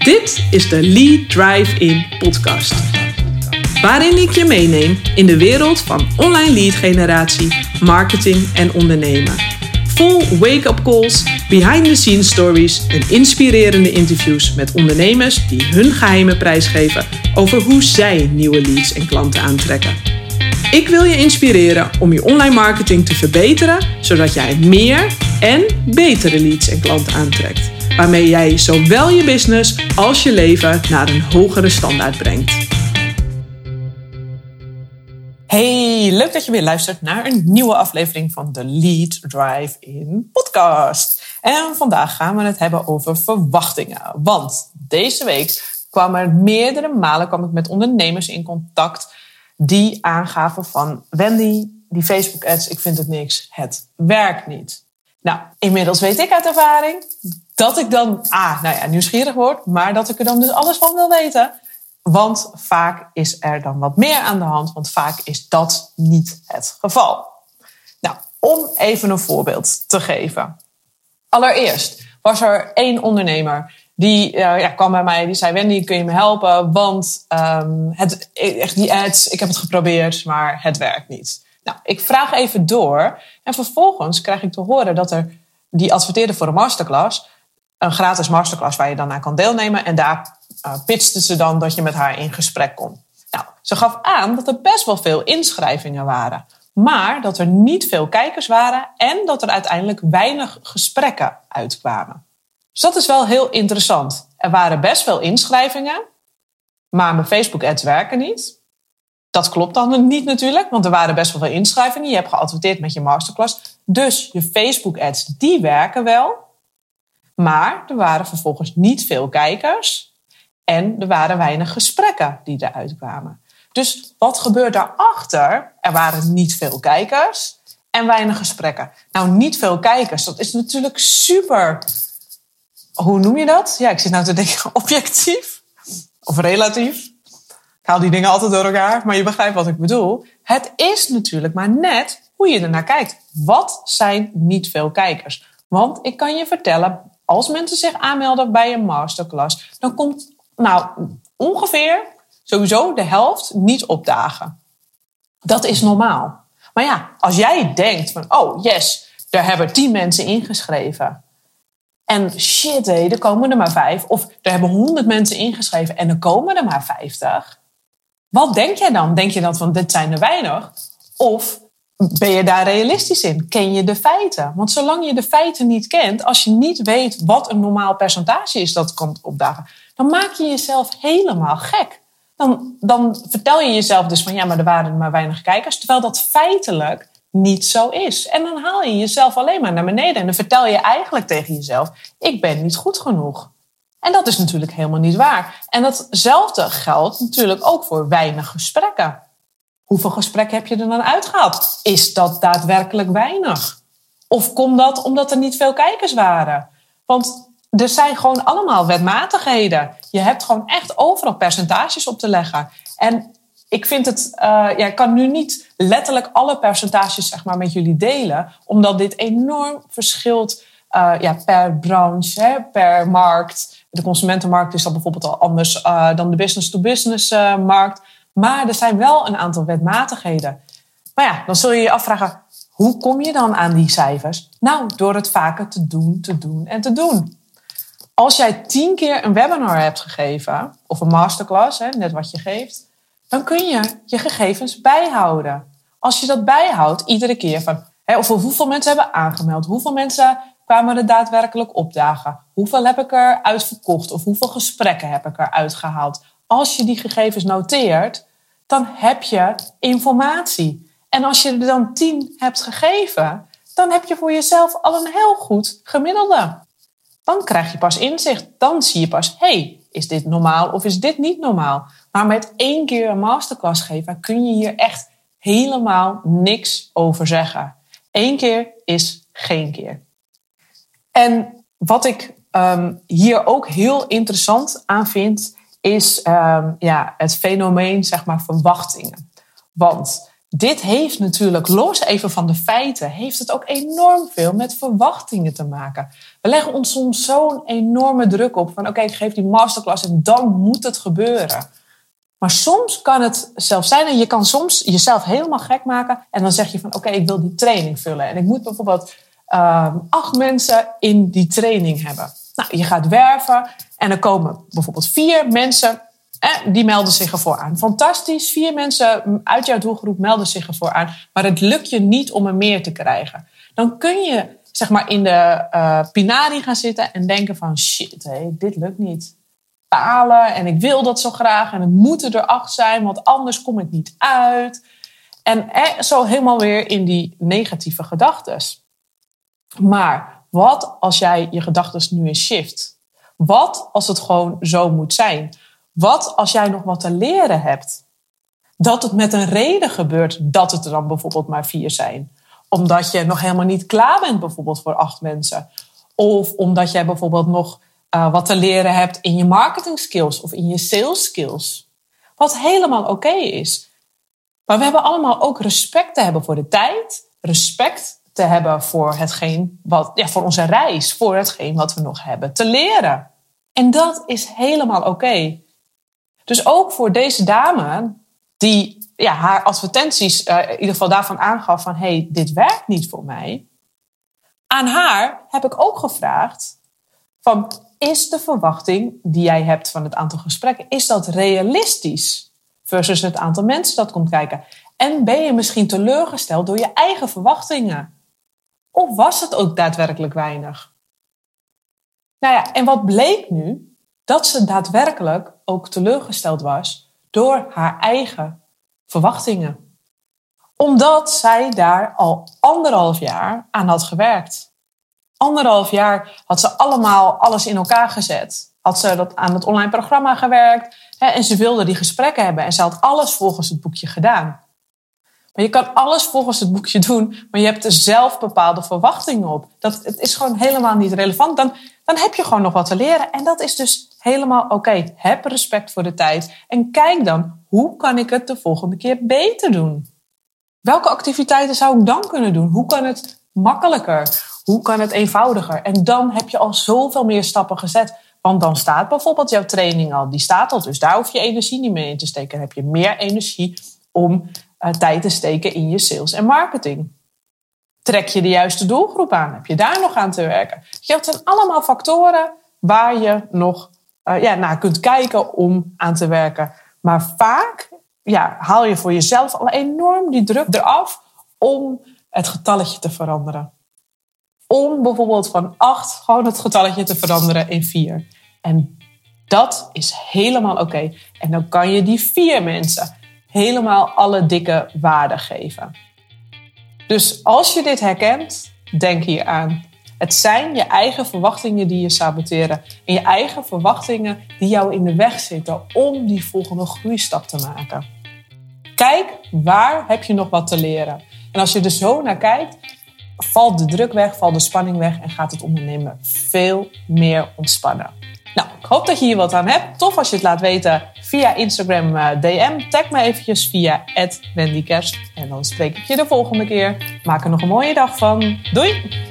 Dit is de Lead Drive-In podcast. Waarin ik je meeneem in de wereld van online lead generatie, marketing en ondernemen. Vol wake-up calls, behind-the-scenes stories en inspirerende interviews met ondernemers die hun geheimen prijsgeven over hoe zij nieuwe leads en klanten aantrekken. Ik wil je inspireren om je online marketing te verbeteren, zodat jij meer en betere leads en klanten aantrekt. Waarmee jij zowel je business als je leven naar een hogere standaard brengt. Hey, leuk dat je weer luistert naar een nieuwe aflevering van de Lead Drive-In podcast. En vandaag gaan we het hebben over verwachtingen. Want deze week kwam ik met ondernemers in contact die aangaven van Wendy, die Facebook ads, ik vind het niks, het werkt niet. Nou, inmiddels weet ik uit ervaring dat ik dan nieuwsgierig word, maar dat ik er dan dus alles van wil weten. Want vaak is er dan wat meer aan de hand, want vaak is dat niet het geval. Nou, om even een voorbeeld te geven. Allereerst was er één ondernemer die kwam bij mij, die zei: Wendy, kun je me helpen? Want die ads, ik heb het geprobeerd, maar het werkt niet. Nou, ik vraag even door en vervolgens krijg ik te horen dat die adverteerde voor een masterclass, een gratis masterclass waar je dan aan kan deelnemen. En daar pitchte ze dan dat je met haar in gesprek kon. Nou, ze gaf aan dat er best wel veel inschrijvingen waren, maar dat er niet veel kijkers waren en dat er uiteindelijk weinig gesprekken uitkwamen. Dus dat is wel heel interessant. Er waren best veel inschrijvingen, maar mijn Facebook ads werken niet. Dat klopt dan niet natuurlijk, want er waren best wel veel inschrijvingen. Je hebt geadverteerd met je masterclass. Dus je Facebook ads, die werken wel. Maar er waren vervolgens niet veel kijkers. En er waren weinig gesprekken die eruit kwamen. Dus wat gebeurt daarachter? Er waren niet veel kijkers en weinig gesprekken. Nou, niet veel kijkers, dat is natuurlijk super. Hoe noem je dat? Ja, ik zit nou te denken, objectief of relatief. Ik haal die dingen altijd door elkaar, maar je begrijpt wat ik bedoel. Het is natuurlijk maar net hoe je ernaar kijkt. Wat zijn niet veel kijkers? Want ik kan je vertellen, als mensen zich aanmelden bij een masterclass, dan komt ongeveer sowieso de helft niet opdagen. Dat is normaal. Maar ja, als jij denkt van, oh yes, er hebben 10 mensen ingeschreven. En shit, er komen er maar 5. Of er hebben 100 mensen ingeschreven en er komen er maar 50. Wat denk jij dan? Denk je dan van, dit zijn er weinig? Of ben je daar realistisch in? Ken je de feiten? Want zolang je de feiten niet kent, als je niet weet wat een normaal percentage is dat komt opdagen, dan maak je jezelf helemaal gek. Dan vertel je jezelf dus van, ja, maar er waren maar weinig kijkers, terwijl dat feitelijk niet zo is. En dan haal je jezelf alleen maar naar beneden en dan vertel je eigenlijk tegen jezelf, ik ben niet goed genoeg. En dat is natuurlijk helemaal niet waar. En datzelfde geldt natuurlijk ook voor weinig gesprekken. Hoeveel gesprekken heb je er dan uitgehaald? Is dat daadwerkelijk weinig? Of komt dat omdat er niet veel kijkers waren? Want er zijn gewoon allemaal wetmatigheden. Je hebt gewoon echt overal percentages op te leggen. En ik vind het, ik kan nu niet letterlijk alle percentages met jullie delen, omdat dit enorm verschilt per branche, per markt. De consumentenmarkt is dan bijvoorbeeld al anders dan de business-to-business markt. Maar er zijn wel een aantal wetmatigheden. Maar ja, dan zul je je afvragen, hoe kom je dan aan die cijfers? Nou, door het vaker te doen. Als jij 10 keer een webinar hebt gegeven, of een masterclass, net wat je geeft, dan kun je je gegevens bijhouden. Als je dat bijhoudt, iedere keer van over hoeveel mensen hebben aangemeld, hoeveel mensen kwamen er daadwerkelijk opdagen, hoeveel heb ik er uitverkocht of hoeveel gesprekken heb ik eruit gehaald. Als je die gegevens noteert, dan heb je informatie. En als je er dan 10 hebt gegeven, dan heb je voor jezelf al een heel goed gemiddelde. Dan krijg je pas inzicht. Dan zie je pas, is dit normaal of is dit niet normaal? Maar met 1 keer een masterclass geven kun je hier echt helemaal niks over zeggen. 1 keer is geen keer. En wat ik hier ook heel interessant aan vind, is het fenomeen verwachtingen. Want dit heeft natuurlijk, los even van de feiten, heeft het ook enorm veel met verwachtingen te maken. We leggen ons soms zo'n enorme druk op van oké, ik geef die masterclass en dan moet het gebeuren. Maar soms kan het zelfs zijn, en je kan soms jezelf helemaal gek maken en dan zeg je van oké, ik wil die training vullen. En ik moet bijvoorbeeld 8 mensen in die training hebben. Nou, je gaat werven en er komen bijvoorbeeld 4 mensen, die melden zich ervoor aan. Fantastisch, 4 mensen uit jouw doelgroep melden zich ervoor aan. Maar het lukt je niet om er meer te krijgen. Dan kun je zeg maar in de pinari gaan zitten en denken van shit, dit lukt niet. Balen en ik wil dat zo graag en het moeten er 8 zijn, want anders kom ik niet uit. En zo helemaal weer in die negatieve gedachtes. Maar wat als jij je gedachtes nu eens shift? Wat als het gewoon zo moet zijn? Wat als jij nog wat te leren hebt? Dat het met een reden gebeurt dat het er dan bijvoorbeeld maar 4 zijn. Omdat je nog helemaal niet klaar bent bijvoorbeeld voor 8 mensen. Of omdat jij bijvoorbeeld nog wat te leren hebt in je marketing skills of in je sales skills. Wat helemaal oké is. Maar we hebben allemaal ook respect te hebben voor de tijd. Respect te hebben voor hetgeen voor onze reis. Voor hetgeen wat we nog hebben te leren. En dat is helemaal oké. Dus ook voor deze dame die haar advertenties in ieder geval daarvan aangaf van hey, dit werkt niet voor mij. Aan haar heb ik ook gevraagd van is de verwachting die jij hebt van het aantal gesprekken, is dat realistisch versus het aantal mensen dat komt kijken? En ben je misschien teleurgesteld door je eigen verwachtingen? Of was het ook daadwerkelijk weinig? Nou ja, en wat bleek nu? Dat ze daadwerkelijk ook teleurgesteld was door haar eigen verwachtingen. Omdat zij daar al 1,5 jaar aan had gewerkt. 1,5 jaar had ze allemaal alles in elkaar gezet. Had ze dat aan het online programma gewerkt. En ze wilde die gesprekken hebben. En ze had alles volgens het boekje gedaan. Maar je kan alles volgens het boekje doen. Maar je hebt er zelf bepaalde verwachtingen op. Het is gewoon helemaal niet relevant. Dan heb je gewoon nog wat te leren. En dat is dus helemaal oké. Heb respect voor de tijd. En kijk dan, hoe kan ik het de volgende keer beter doen? Welke activiteiten zou ik dan kunnen doen? Hoe kan het makkelijker? Hoe kan het eenvoudiger? En dan heb je al zoveel meer stappen gezet. Want dan staat bijvoorbeeld jouw training al. Die staat al, dus daar hoef je energie niet meer in te steken. Dan heb je meer energie om tijd te steken in je sales en marketing. Trek je de juiste doelgroep aan? Heb je daar nog aan te werken? Dat zijn allemaal factoren waar je nog naar kunt kijken om aan te werken. Maar vaak haal je voor jezelf al enorm die druk eraf om het getalletje te veranderen. Om bijvoorbeeld van 8 gewoon het getalletje te veranderen in 4. En dat is helemaal oké. En dan kan je die 4 mensen helemaal alle dikke waarde geven. Dus als je dit herkent, denk hier aan. Het zijn je eigen verwachtingen die je saboteren. En je eigen verwachtingen die jou in de weg zitten om die volgende groeistap te maken. Kijk, waar heb je nog wat te leren? En als je er zo naar kijkt, valt de druk weg, valt de spanning weg en gaat het ondernemen veel meer ontspannen. Nou, ik hoop dat je hier wat aan hebt. Tof als je het laat weten via Instagram DM. Tag me eventjes via @wendykerst. En dan spreek ik je de volgende keer. Maak er nog een mooie dag van. Doei!